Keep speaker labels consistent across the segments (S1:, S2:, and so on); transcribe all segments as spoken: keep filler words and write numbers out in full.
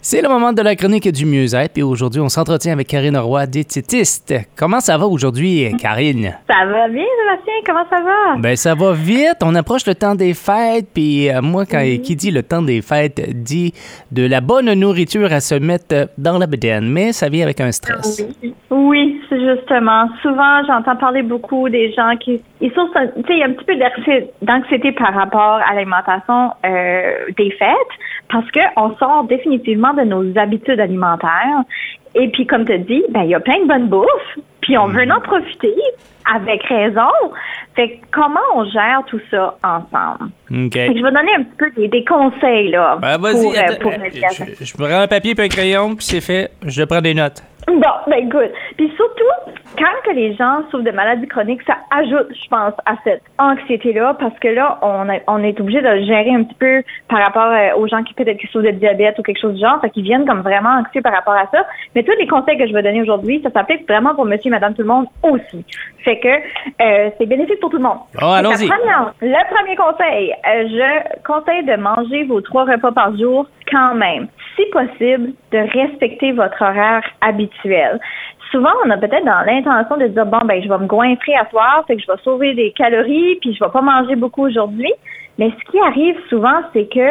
S1: C'est le moment de la chronique du mieux-être et aujourd'hui, on s'entretient avec Karine Roy, diététiste. Comment ça va aujourd'hui, Karine?
S2: Ça va bien, Sébastien. Comment ça va?
S1: Ben ça va vite. On approche le temps des fêtes. Puis euh, moi, quand
S2: oui.
S1: qui dit le temps des fêtes, dit de la bonne nourriture à se mettre dans la bedaine. Mais ça vient avec un stress.
S2: Oui, oui, c'est justement. Souvent, j'entends parler beaucoup des gens qui... Ils sont, tu sais, il y a un petit peu d'anxiété par rapport à l'alimentation euh, des fêtes parce qu'on sort définitivement de nos habitudes alimentaires. Et puis, comme tu as dit, ben il y a plein de bonnes bouffes, puis on veut en profiter avec raison. Fait que comment on gère tout ça ensemble?
S1: Okay.
S2: Fait que je vais donner un petit peu des, des conseils, là.
S1: Ben, vas-y,
S2: pour,
S1: attends,
S2: pour
S1: euh, je, je prends un papier et un crayon, puis c'est fait. Je prends des notes.
S2: Bon, ben good. Puis surtout, quand que les gens souffrent de maladies chroniques, ça ajoute, je pense, à cette anxiété-là, parce que là, on, a, on est obligé de le gérer un petit peu par rapport euh, aux gens qui peut-être qui souffrent de diabète ou quelque chose du genre, fait qu'ils viennent comme vraiment anxieux par rapport à ça. Mais tous les conseils que je vais donner aujourd'hui, ça s'applique vraiment pour monsieur et madame tout le monde aussi. Fait que euh, c'est bénéfique pour tout le monde.
S1: Oh, allons-y.
S2: Première, le premier conseil, euh, je conseille de manger vos trois repas par jour quand même. Si possible, de respecter votre horaire habituel. Souvent, on a peut-être dans l'intention de dire, bon, ben, je vais me goinfrer à soir, fait que je vais sauver des calories, puis je vais pas manger beaucoup aujourd'hui. Mais ce qui arrive souvent, c'est que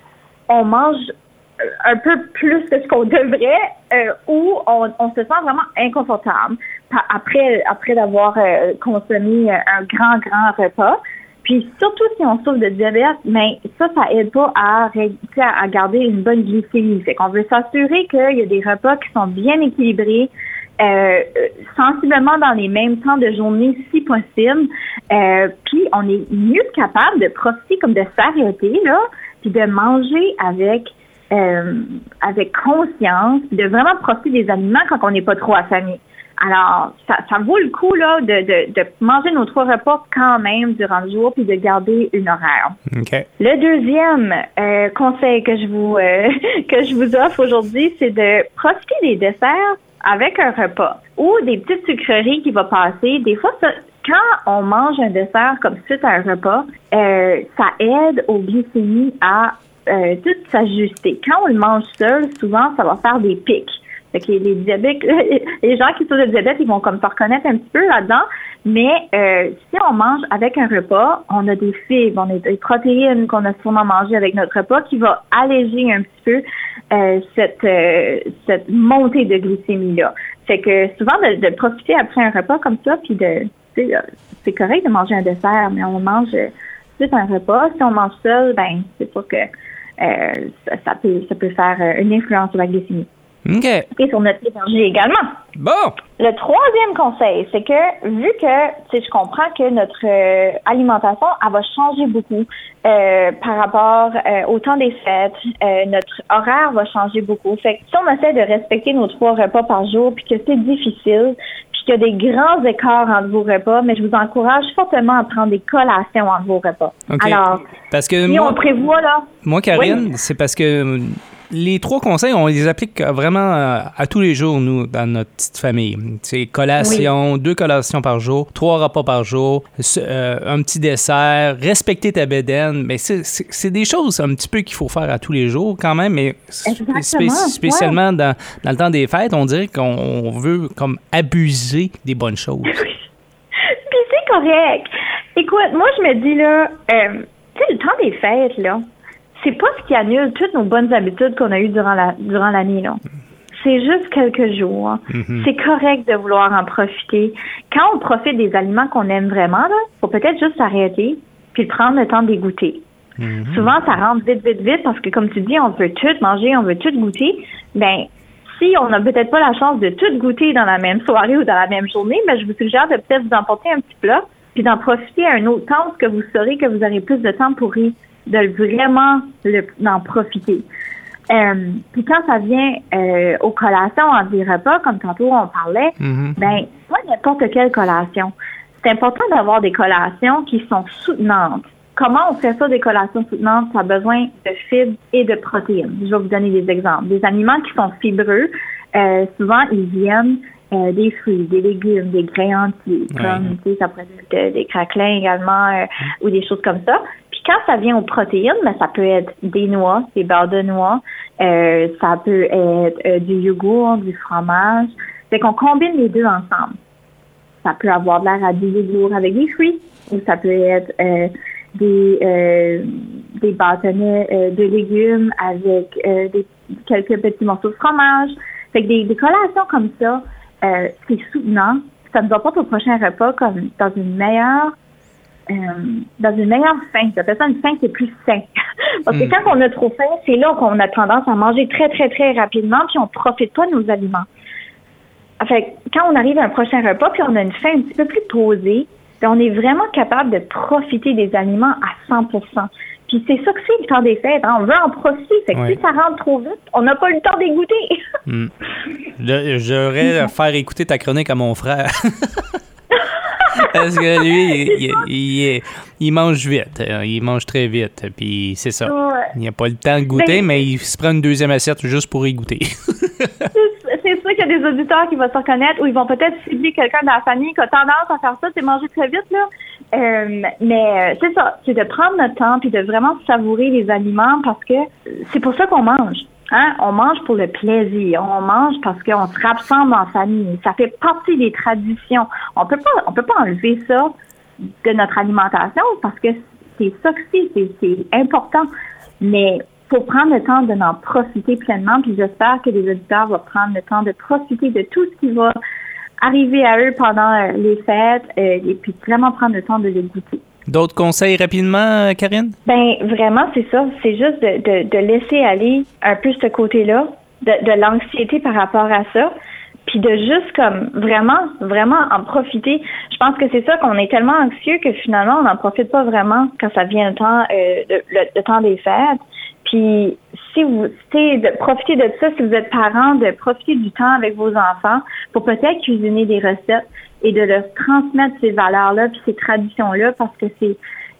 S2: on mange un peu plus que ce qu'on devrait, euh, ou on, on se sent vraiment inconfortable après, après d'avoir euh, consommé un grand, grand repas. Puis surtout si on souffre de diabète, mais ça, ça aide pas à, à garder une bonne glycémie. Fait qu'on veut s'assurer qu'il y a des repas qui sont bien équilibrés, euh, sensiblement dans les mêmes temps de journée si possible. Euh, puis on est mieux capable de profiter, comme de s'arrêter, là, puis de manger avec euh, avec conscience, puis de vraiment profiter des aliments quand on n'est pas trop affamé. Alors, ça, ça vaut le coup là de, de, de manger nos trois repas quand même durant le jour puis de garder une horaire.
S1: Okay.
S2: Le deuxième euh, conseil que je vous euh, que je vous offre aujourd'hui, c'est de profiter des desserts avec un repas ou des petites sucreries qui vont passer. Des fois, ça, quand on mange un dessert comme suite à un repas, euh, ça aide aux glycémies à euh, tout s'ajuster. Quand on le mange seul, souvent, ça va faire des pics. Fait que les, les diabètes, les gens qui souffrent de diabète, ils vont comme se reconnaître un petit peu là-dedans. Mais euh, si on mange avec un repas, on a des fibres, on a des protéines qu'on a sûrement mangées avec notre repas qui va alléger un petit peu euh, cette euh, cette montée de glycémie-là. Fait que souvent, de, de profiter après un repas comme ça, puis de, tu sais, c'est correct de manger un dessert, mais on mange juste un repas. Si on mange seul, ben c'est sûr que euh, ça, ça peut ça peut faire une influence sur la glycémie.
S1: OK.
S2: Et sur notre énergie également.
S1: Bon.
S2: Le troisième conseil, c'est que vu que, tu sais, je comprends que notre euh, alimentation, elle va changer beaucoup euh, par rapport euh, au temps des fêtes, euh, notre horaire va changer beaucoup. Fait que si on essaie de respecter nos trois repas par jour, puis que c'est difficile, puis qu'il y a des grands écarts entre vos repas, mais je vous encourage fortement à prendre des collations entre vos repas.
S1: Okay.
S2: Alors,
S1: parce que
S2: si
S1: moi,
S2: on prévoit, là...
S1: Moi, Karine,
S2: oui.
S1: c'est parce que les trois conseils, on les applique vraiment à, à tous les jours, nous, dans notre petite famille. C'est collation, oui. deux collations par jour, trois repas par jour, euh, un petit dessert, respecter ta bédaine. Mais c'est, c'est, c'est des choses un petit peu qu'il faut faire à tous les jours quand même, mais spé- spécialement ouais. dans, dans le temps des fêtes, on dirait qu'on veut comme abuser des bonnes choses.
S2: Puis c'est correct. Écoute, moi, je me dis, là, euh, tu sais, le temps des fêtes, là, c'est pas ce qui annule toutes nos bonnes habitudes qu'on a eues durant la durant l'année, là. C'est juste quelques jours. Mm-hmm. C'est correct de vouloir en profiter. Quand on profite des aliments qu'on aime vraiment, là, faut peut-être juste s'arrêter puis prendre le temps de les goûter. Mm-hmm. Souvent, ça rentre vite, vite, vite parce que, comme tu dis, on veut tout manger, on veut tout goûter. Ben, si on n'a peut-être pas la chance de tout goûter dans la même soirée ou dans la même journée, ben, je vous suggère de peut-être vous emporter un petit plat puis d'en profiter à un autre temps parce que vous saurez que vous aurez plus de temps pour y de vraiment le, d'en profiter. Euh, puis quand ça vient euh, aux collations entre des repas, comme tantôt on parlait, mm-hmm. ben pas n'importe quelle collation. C'est important d'avoir des collations qui sont soutenantes. Comment on fait ça, des collations soutenantes? Ça a besoin de fibres et de protéines. Je vais vous donner des exemples. Des aliments qui sont fibreux, euh, souvent ils viennent Euh, des fruits, des légumes, des grains entiers, ouais. comme tu sais, ça pourrait être des craquelins également euh, ou des choses comme ça. Puis quand ça vient aux protéines, ben, ça peut être des noix, des beurres de noix, euh, ça peut être euh, du yogourt, du fromage. Fait qu'on combine les deux ensemble. Ça peut avoir de l'air à du yogourt avec des fruits, ou ça peut être euh, des euh, des bâtonnets euh, de légumes avec euh, des, quelques petits morceaux de fromage. Fait que des, des collations comme ça, euh, c'est soutenant. Ça nous apporte au prochain repas comme dans une meilleure euh, dans une meilleure faim. J'appelle ça une faim qui est plus saine. Parce que mm. quand on a trop faim, c'est là qu'on a tendance à manger très, très, très rapidement, puis on profite pas de nos aliments. Fait quand on arrive à un prochain repas, puis on a une faim un petit peu plus posée, puis on est vraiment capable de profiter des aliments à cent pour cent. Puis c'est ça que c'est le temps des fêtes. Hein? On veut en profiter. Fait que oui. Si ça rentre trop vite, on n'a pas le temps d'égoûter.
S1: mm. J'aurais faire écouter ta chronique à mon frère. Parce que lui, il, il, il, il mange vite. Il mange très vite. Puis c'est ça. Ouais. Il n'a pas le temps de goûter, mais, mais il se prend une deuxième assiette juste pour y goûter.
S2: C'est sûr qu'il y a des auditeurs qui vont se reconnaître ou ils vont peut-être cibler quelqu'un dans la famille qui a tendance à faire ça, c'est manger très vite, là. Euh, mais c'est ça, c'est de prendre notre temps puis de vraiment savourer les aliments parce que c'est pour ça qu'on mange. Hein? On mange pour le plaisir. On mange parce qu'on se rassemble en famille. Ça fait partie des traditions. On peut pas, on peut pas enlever ça de notre alimentation parce que c'est ça que c'est, c'est, c'est important. Mais faut prendre le temps de n'en profiter pleinement. Puis j'espère que les auditeurs vont prendre le temps de profiter de tout ce qui va arriver à eux pendant les fêtes euh, et puis vraiment prendre le temps de les goûter.
S1: D'autres conseils rapidement, Karine?
S2: Ben vraiment, c'est ça. C'est juste de, de, de laisser aller un peu ce côté-là, de, de l'anxiété par rapport à ça, puis de juste comme vraiment, vraiment en profiter. Je pense que c'est ça qu'on est tellement anxieux que finalement, on n'en profite pas vraiment quand ça vient le temps, euh, le, le, le temps des fêtes. Puis si vous, c'est de profiter de ça, si vous êtes parent, de profiter du temps avec vos enfants pour peut-être cuisiner des recettes et de leur transmettre ces valeurs-là puis ces traditions-là parce que c'est,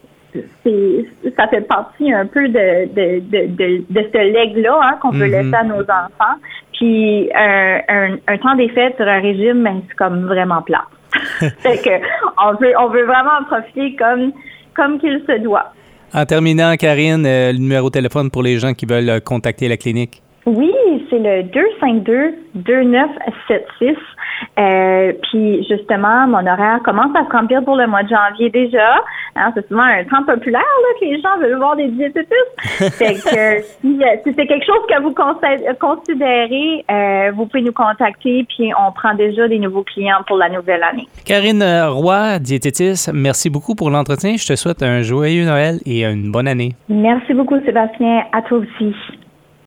S2: c'est ça fait partie un peu de de de de, de ce legs-là hein, qu'on peut mm-hmm. laisser à nos enfants. Puis un, un, un temps des fêtes sur un régime, ben, c'est comme vraiment plat. Fait que on veut on veut vraiment en profiter comme comme qu'il se doit.
S1: En terminant, Karine, euh, le numéro de téléphone pour les gens qui veulent euh, contacter la clinique.
S2: Oui, c'est le deux cinq deux, deux neuf sept six. Euh, puis justement, mon horaire commence à se remplir pour le mois de janvier déjà. Hein, c'est souvent un temps populaire là, que les gens veulent voir des diététistes. Fait que si, si c'est quelque chose que vous considérez, euh, vous pouvez nous contacter, puis on prend déjà des nouveaux clients pour la nouvelle année.
S1: Karine Roy, diététiste, merci beaucoup pour l'entretien. Je te souhaite un joyeux Noël et une bonne année.
S2: Merci beaucoup, Sébastien. À toi aussi.